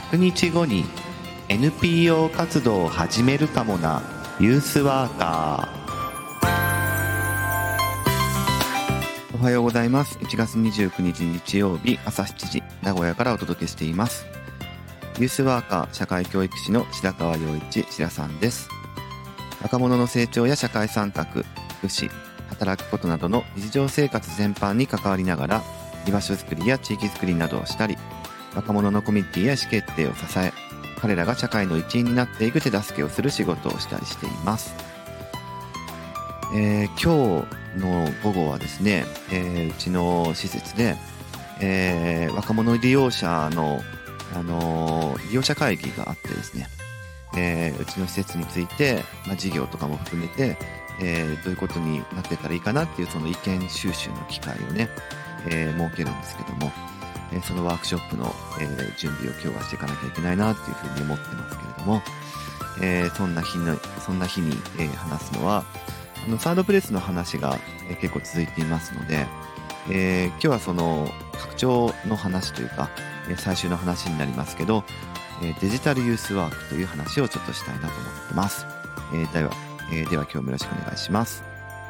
100日後に NPO 活動を始めるかもなユースワーカー。おはようございます。1月29日日曜日朝7時、名古屋からお届けしています。ユースワーカー社会教育士の白川陽一白さんです。若者の成長や社会参画、福祉、働くことなどの日常生活全般に関わりながら、居場所づくりや地域づくりなどをしたり、若者のコミュニティや意思決定を支え、彼らが社会の一員になっていく手助けをする仕事をしたりしています。今日の午後はですね、うちの施設で、若者利用者の、利用者会議があってですね、うちの施設について、事業とかも含めて、どういうことになってたらいいかなっていうその意見収集の機会をね、設けるんですけども、そのワークショップの、準備を今日はしていかなきゃいけないなっていうふうに思ってますけれども、そんな日に、話すのはサードプレスの話が、結構続いていますので、今日はその拡張の話というか、最終の話になりますけど、デジタルユースワークという話をちょっとしたいなと思ってます。では今日もよろしくお願いします。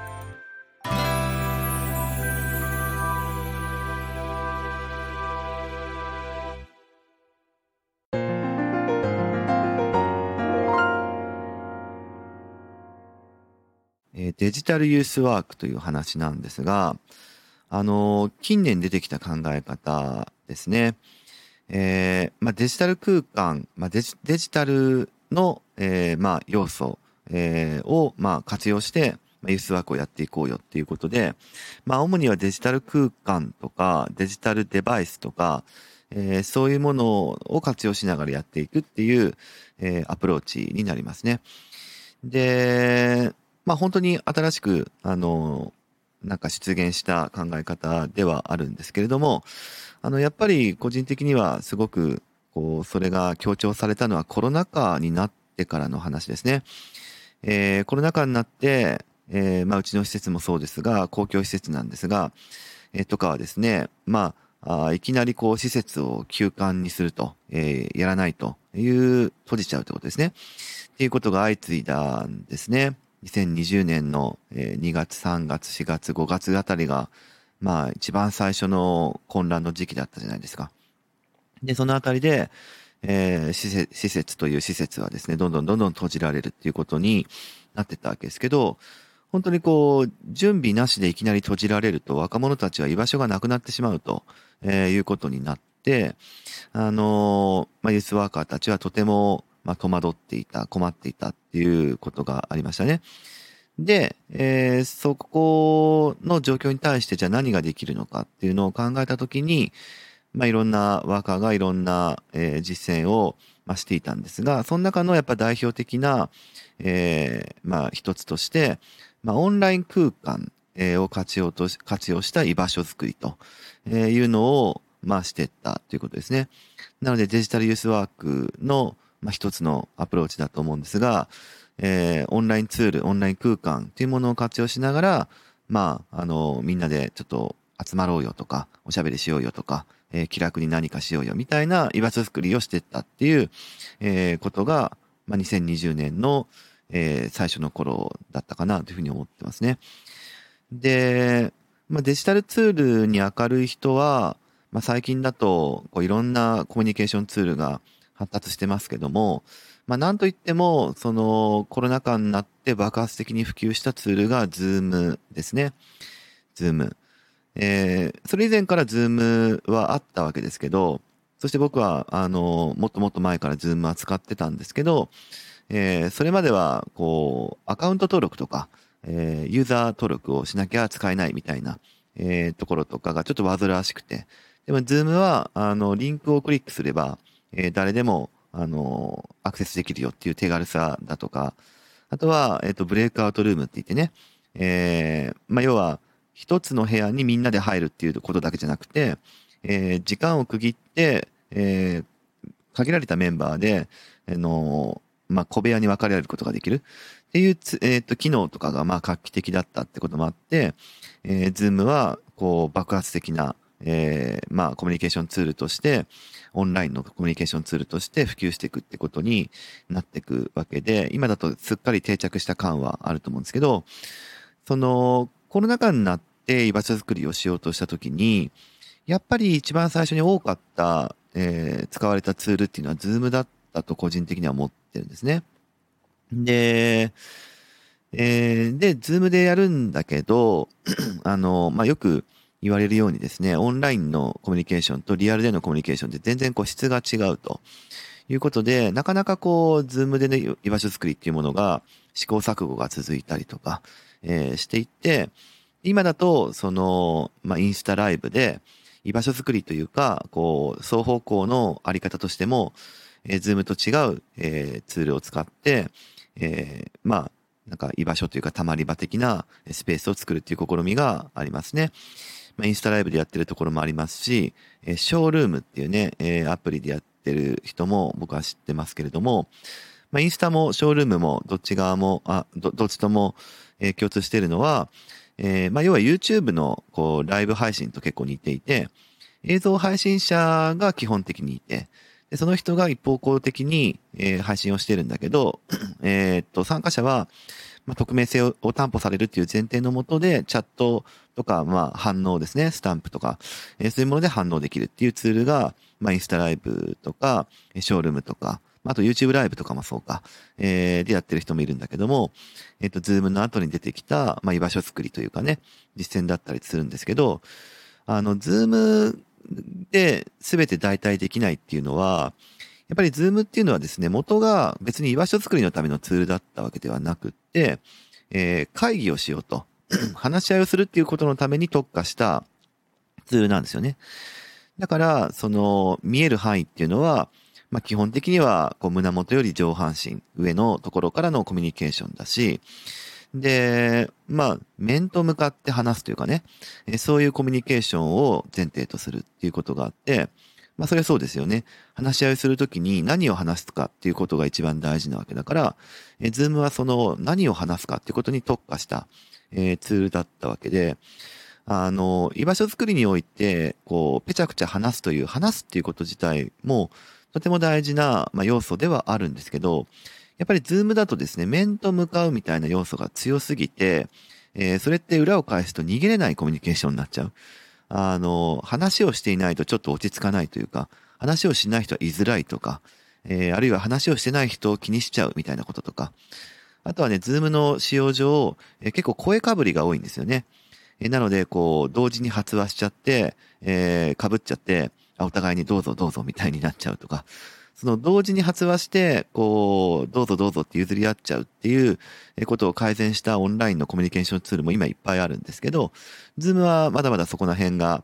デジタルユースワークという話なんですが、近年出てきた考え方ですね。デジタル空間、デジタルの、要素、を、活用して、ユースワークをやっていこうよっていうことで、主にはデジタル空間とかデジタルデバイスとか、そういうものを活用しながらやっていくっていう、アプローチになりますね。で、本当に新しく、なんか出現した考え方ではあるんですけれども、やっぱり個人的にはすごく、それが強調されたのはコロナ禍になってからの話ですね。コロナ禍になって、うちの施設もそうですが、公共施設なんですが、とかはですね、いきなり施設を休館にすると、やらないと閉じちゃうってことですね。っていうことが相次いだんですね。2020年の2月、3月、4月、5月あたりが、一番最初の混乱の時期だったじゃないですか。で、そのあたりで、施設という施設はですね、どんどん閉じられるっていうことになってたわけですけど、本当に準備なしでいきなり閉じられると若者たちは居場所がなくなってしまうと、いうことになって、ユースワーカーたちはとても、戸惑っていた、困っていたっていうことがありましたね。で、そこの状況に対してじゃあ何ができるのかっていうのを考えたときに、いろんなワーカーがいろんな、実践を、していたんですが、その中のやっぱ代表的な、一つとして、オンライン空間、を活用した居場所づくりというのを、していったということですね。なのでデジタルユースワークの、一つのアプローチだと思うんですが、オンラインツール、オンライン空間というものを活用しながら、みんなでちょっと集まろうよとか、おしゃべりしようよとか、気楽に何かしようよみたいな居場所づくりをしていったっていう、ことが、2020年の、最初の頃だったかなというふうに思ってますね。で、デジタルツールに明るい人は、最近だといろんなコミュニケーションツールが発達してますけども、なんといっても、そのコロナ禍になって爆発的に普及したツールが Zoom ですね。Zoom。それ以前から Zoom はあったわけですけど、そして僕は、もっともっと前から Zoom は使ってたんですけど、それまでは、アカウント登録とか、ユーザー登録をしなきゃ使えないみたいな、ところとかがちょっと煩わしくて、でも Zoom は、リンクをクリックすれば、誰でも、アクセスできるよっていう手軽さだとか、あとは、ブレイクアウトルームって言ってね、要は、一つの部屋にみんなで入るっていうことだけじゃなくて、時間を区切って、限られたメンバーで、小部屋に分かれることができるっていう機能とかが画期的だったってこともあって、Zoom は爆発的なコミュニケーションツールとして、オンラインのコミュニケーションツールとして普及していくってことになっていくわけで、今だとすっかり定着した感はあると思うんですけど、そのコロナ禍になって居場所づくりをしようとしたときに、やっぱり一番最初に多かった、使われたツールっていうのは Zoom だったと個人的には思ってるんですね。で、Zoom でやるんだけど、よく言われるようにですね、オンラインのコミュニケーションとリアルでのコミュニケーションって全然質が違うということで、なかなかZoom でね、居場所作りっていうものが試行錯誤が続いたりとか、していって、今だと、インスタライブで居場所作りというか、双方向のあり方としても、Zoom と違う、ツールを使って、なんか居場所というか溜まり場的なスペースを作るっていう試みがありますね。インスタライブでやってるところもありますし、ショールームっていうね、アプリでやってる人も僕は知ってますけれども、インスタもショールームもどっち側も、どっちとも、共通しているのは、要は YouTube のライブ配信と結構似ていて、映像配信者が基本的にいて、でその人が一方向的に、配信をしてるんだけど、参加者は、匿名性を担保されるっていう前提のもとで、チャットとか、反応ですね、スタンプとか、そういうもので反応できるっていうツールが、インスタライブとか、ショールームとか、あと YouTube ライブとかもそうか、でやってる人もいるんだけども、Zoom の後に出てきた、居場所作りというかね、実践だったりするんですけど、Zoom で全て代替できないっていうのは、やっぱり Zoom っていうのはですね、元が別に居場所作りのためのツールだったわけではなくって、会議をしようと、話し合いをするっていうことのために特化したツールなんですよね。だから、見える範囲っていうのは、基本的には、胸元より上半身、上のところからのコミュニケーションだし、で、面と向かって話すというかね、そういうコミュニケーションを前提とするっていうことがあって、それはそうですよね。話し合いをするときに何を話すかっていうことが一番大事なわけだから、Zoom は何を話すかっていうことに特化した、ツールだったわけで、居場所作りにおいて、ぺちゃくちゃ話すっていうこと自体も、とても大事な、要素ではあるんですけど、やっぱりズームだとですね、面と向かうみたいな要素が強すぎて、それって裏を返すと逃げれないコミュニケーションになっちゃう。話をしていないとちょっと落ち着かないというか、話をしない人は居づらいとか、あるいは話をしてない人を気にしちゃうみたいなこととか、あとはね、ズームの使用上、結構声かぶりが多いんですよね。なので、同時に発話しちゃって、被っちゃって、お互いにどうぞどうぞみたいになっちゃうとか、その同時に発話して、どうぞどうぞって譲り合っちゃうっていうことを改善したオンラインのコミュニケーションツールも今いっぱいあるんですけど、ズームはまだまだそこら辺が、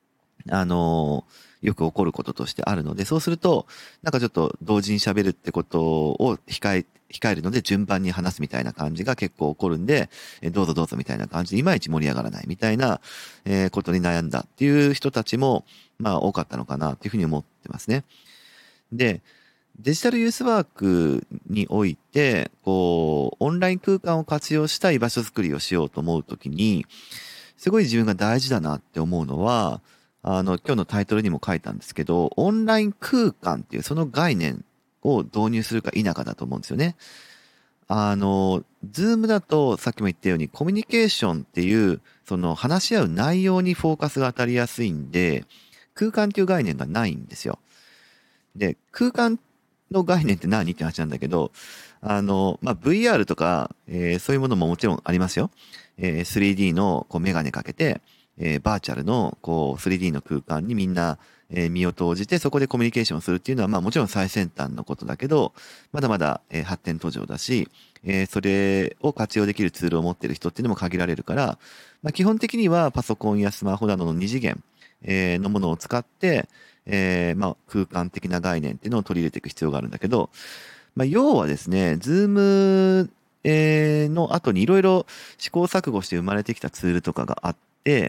よく起こることとしてあるので、そうすると、なんかちょっと同時に喋るってことを控えるので順番に話すみたいな感じが結構起こるんで、どうぞどうぞみたいな感じでいまいち盛り上がらないみたいな、ことに悩んだっていう人たちも、多かったのかなっていうふうに思ってますね。で、デジタルユースワークにおいて、オンライン空間を活用した居場所づくりをしようと思うときに、すごい自分が大事だなって思うのは、今日のタイトルにも書いたんですけど、オンライン空間っていうその概念を導入するか否かだと思うんですよね。ズームだとさっきも言ったようにコミュニケーションっていう、その話し合う内容にフォーカスが当たりやすいんで、空間っていう概念がないんですよ。で、空間の概念って何って話なんだけど、VR とか、そういうものももちろんありますよ。3D のメガネかけて、バーチャルの3D の空間にみんな、身を投じてそこでコミュニケーションをするっていうのは、もちろん最先端のことだけど、まだまだ、発展途上だし、それを活用できるツールを持っている人っていうのも限られるから、基本的にはパソコンやスマホなどの二次元、のものを使って、空間的な概念っていうのを取り入れていく必要があるんだけど、要はですね、ズーム、の後にいろいろ試行錯誤して生まれてきたツールとかがあって、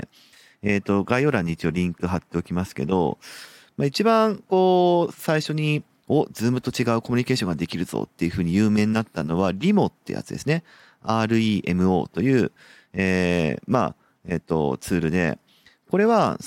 概要欄に一応リンク貼っておきますけど、一番最初に、ズームと違うコミュニケーションができるぞっていうふうに有名になったのは、リモってやつですね。REMO という、ツールで、 これは、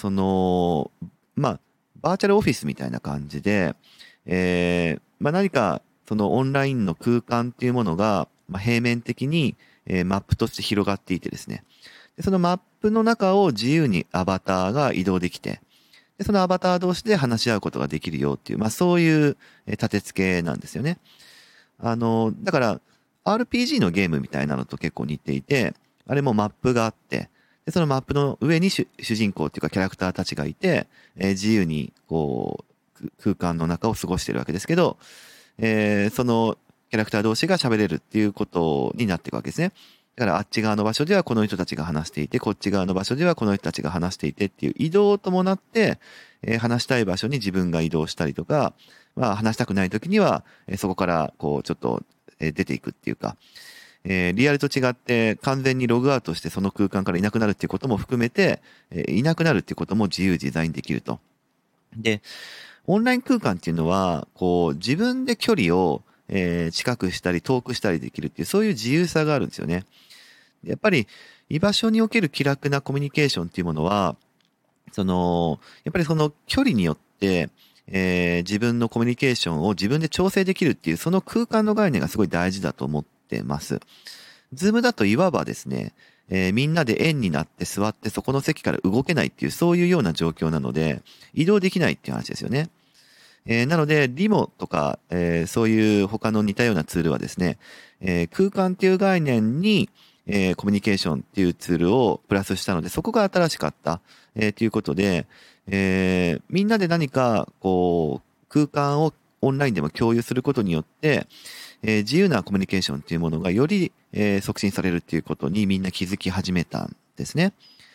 バーチャルオフィスみたいな感じで、何か、そのオンラインの空間っていうものが、平面的に、マップとして広がっていてですね。でそのマップの中を自由にアバターが移動できて、でそのアバター同士で話し合うことができるよっていう、そういう立て付けなんですよね。だから、RPG のゲームみたいなのと結構似ていて、あれもマップがあって、でそのマップの上に主人公っていうかキャラクターたちがいて、自由にこう空間の中を過ごしてるわけですけど、そのキャラクター同士が喋れるっていうことになっていくわけですね。だからあっち側の場所ではこの人たちが話していて、こっち側の場所ではこの人たちが話していてっていう移動を伴って、話したい場所に自分が移動したりとか、話したくない時には、そこからこうちょっと、出ていくっていうか、リアルと違って完全にログアウトしてその空間からいなくなるっていうことも含めて、いなくなるっていうことも自由自在にできると。で、オンライン空間っていうのは、こう自分で距離を、近くしたり遠くしたりできるっていう、そういう自由さがあるんですよね。やっぱり居場所における気楽なコミュニケーションっていうものは、やっぱりその距離によって、自分のコミュニケーションを自分で調整できるっていう、その空間の概念がすごい大事だと思ってます。ズームだといわばですね、みんなで円になって座ってそこの席から動けないっていう、そういうような状況なので、移動できないっていう話ですよね。なので、リモとか、そういう他の似たようなツールはですね、空間っていう概念に、コミュニケーションっていうツールをプラスしたので、そこが新しかった、ということで、みんなで何か、こう、空間をオンラインでも共有することによって、自由なコミュニケーションっていうものがより、促進されるっていうことにみんな気づき始めたんですね。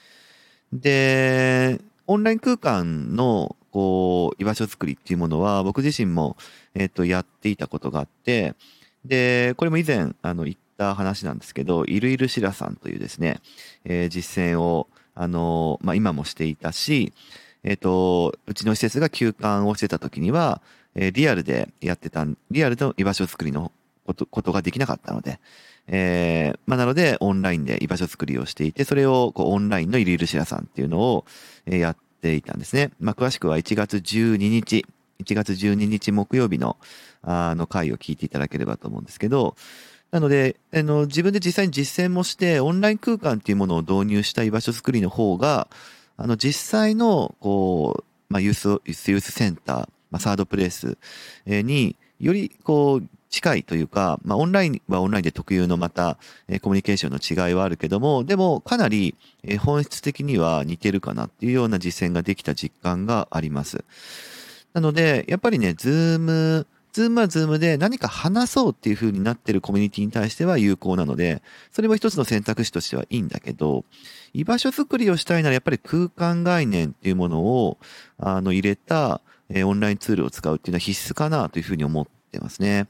で、オンライン空間の、こう、居場所作りっていうものは、僕自身も、やっていたことがあって、で、これも以前、言った話なんですけど、いるいるしらさんというですね、実践を、今もしていたし、うちの施設が休館をしてた時には、リアルでやってた、リアルの居場所作りのことができなかったので、なので、オンラインで居場所作りをしていて、それを、こう、オンラインのいるいるしらさんっていうのを、やっていたんですね。詳しくは1月12日、1月12日木曜日の、回を聞いていただければと思うんですけど、なので、自分で実際に実践もして、オンライン空間っていうものを導入した居場所作りの方が、実際の、こう、ユースセンター、サードプレイスによりこう近いというか、オンラインはオンラインで特有のまたコミュニケーションの違いはあるけども、でもかなり本質的には似てるかなっていうような実践ができた実感があります。なので、やっぱりね、ズームはズームで何か話そうっていう風になってるコミュニティに対しては有効なので、それも一つの選択肢としてはいいんだけど、居場所作りをしたいならやっぱり空間概念っていうものを、入れた、オンラインツールを使うっていうのは必須かなというふうに思ってますね。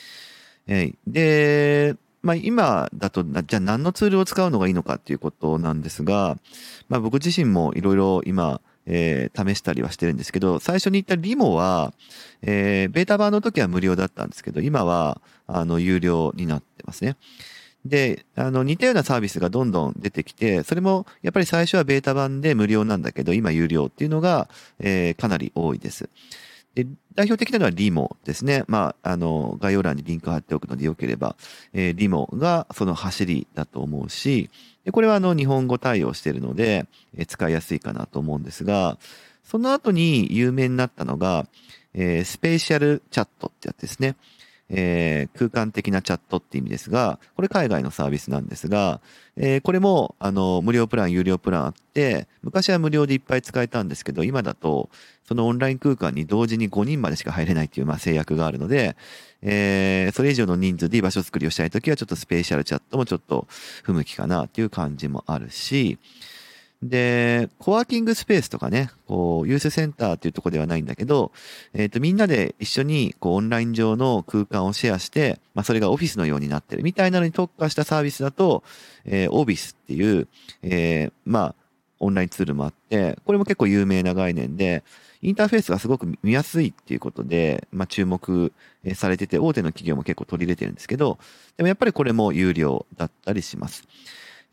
で、今だと、じゃあ何のツールを使うのがいいのかっていうことなんですが、僕自身もいろいろ今、試したりはしてるんですけど、最初に言ったリモは、ベータ版の時は無料だったんですけど、今は、有料になってますね。で、似たようなサービスがどんどん出てきて、それもやっぱり最初はベータ版で無料なんだけど、今有料っていうのが、かなり多いです。で、代表的なのはリモですね。概要欄にリンク貼っておくのでよければ、リモがその走りだと思うし、でこれは日本語対応しているので、使いやすいかなと思うんですが、その後に有名になったのが、スペーシャルチャットってやつですね。空間的なチャットって意味ですが、これ海外のサービスなんですが、これも、無料プラン、有料プランあって、昔は無料でいっぱい使えたんですけど、今だと、そのオンライン空間に同時に5人までしか入れないっていう、制約があるので、それ以上の人数で居場所作りをしたいときは、ちょっとスペーシャルチャットもちょっと不向きかなっていう感じもあるし、で、コワーキングスペースとかね、こう、ユースセンターっていうところではないんだけど、みんなで一緒に、こう、オンライン上の空間をシェアして、それがオフィスのようになってるみたいなのに特化したサービスだと、オビスっていう、オンラインツールもあって、これも結構有名な概念で、インターフェースがすごく見やすいっていうことで、注目されてて、大手の企業も結構取り入れてるんですけど、でもやっぱりこれも有料だったりします。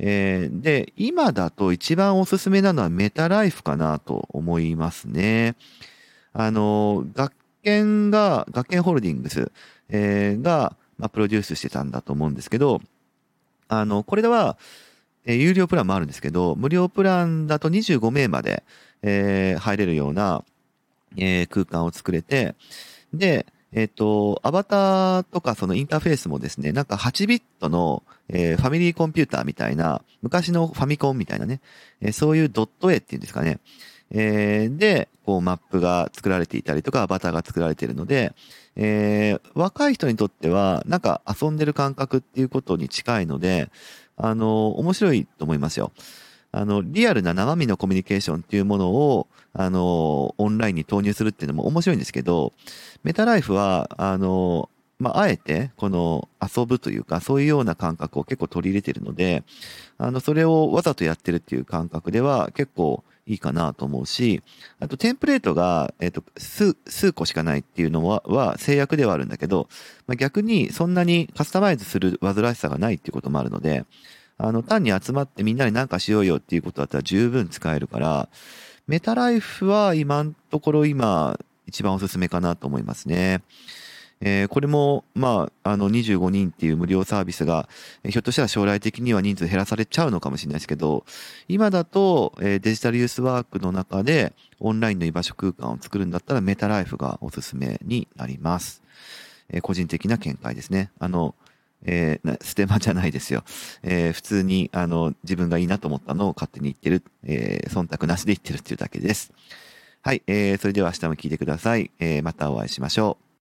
で、今だと一番おすすめなのはメタライフかなと思いますね。学研ホールディングス、が、プロデュースしてたんだと思うんですけど、これでは、有料プランもあるんですけど、無料プランだと25名まで、入れるような、空間を作れて、で、アバターとかそのインターフェースもですね、なんか8ビットの、ファミリーコンピューターみたいな、昔のファミコンみたいなね、そういうドット絵っていうんですかね。で、こうマップが作られていたりとか、アバターが作られているので、若い人にとっては、なんか遊んでる感覚っていうことに近いので、面白いと思いますよ。リアルな生身のコミュニケーションっていうものを、オンラインに投入するっていうのも面白いんですけど、メタライフは、あえて、この遊ぶというか、そういうような感覚を結構取り入れているので、それをわざとやってるっていう感覚では結構いいかなと思うし、あとテンプレートが、数個しかないっていうのは制約ではあるんだけど、逆にそんなにカスタマイズする煩わしさがないっていうこともあるので、単に集まってみんなで何かしようよっていうことだったら十分使えるから、メタライフは今のところ一番おすすめかなと思いますね。これも、25人っていう無料サービスが、ひょっとしたら将来的には人数減らされちゃうのかもしれないですけど、今だと、デジタルユースワークの中でオンラインの居場所空間を作るんだったらメタライフがおすすめになります。個人的な見解ですね。ステマじゃないですよ。普通に、自分がいいなと思ったのを勝手に言ってる、忖度なしで言ってるっていうだけです。はい、それでは明日も聞いてください。またお会いしましょう。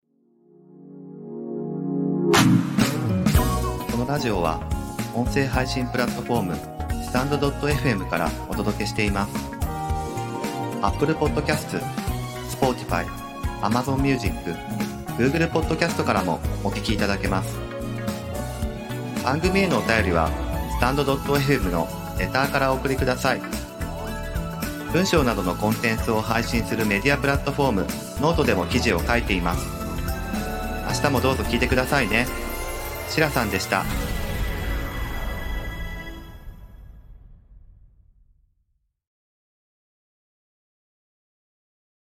このラジオは音声配信プラットフォームスタンド .fm からお届けしています。Apple Podcast、Spotify、Amazon Music、Google Podcast からもお聞きいただけます。番組へのお便りはスタンド .fm のレターからお送りください。文章などのコンテンツを配信するメディアプラットフォームノートでも記事を書いています。明日もどうぞ聞いてくださいね。しらさんでした。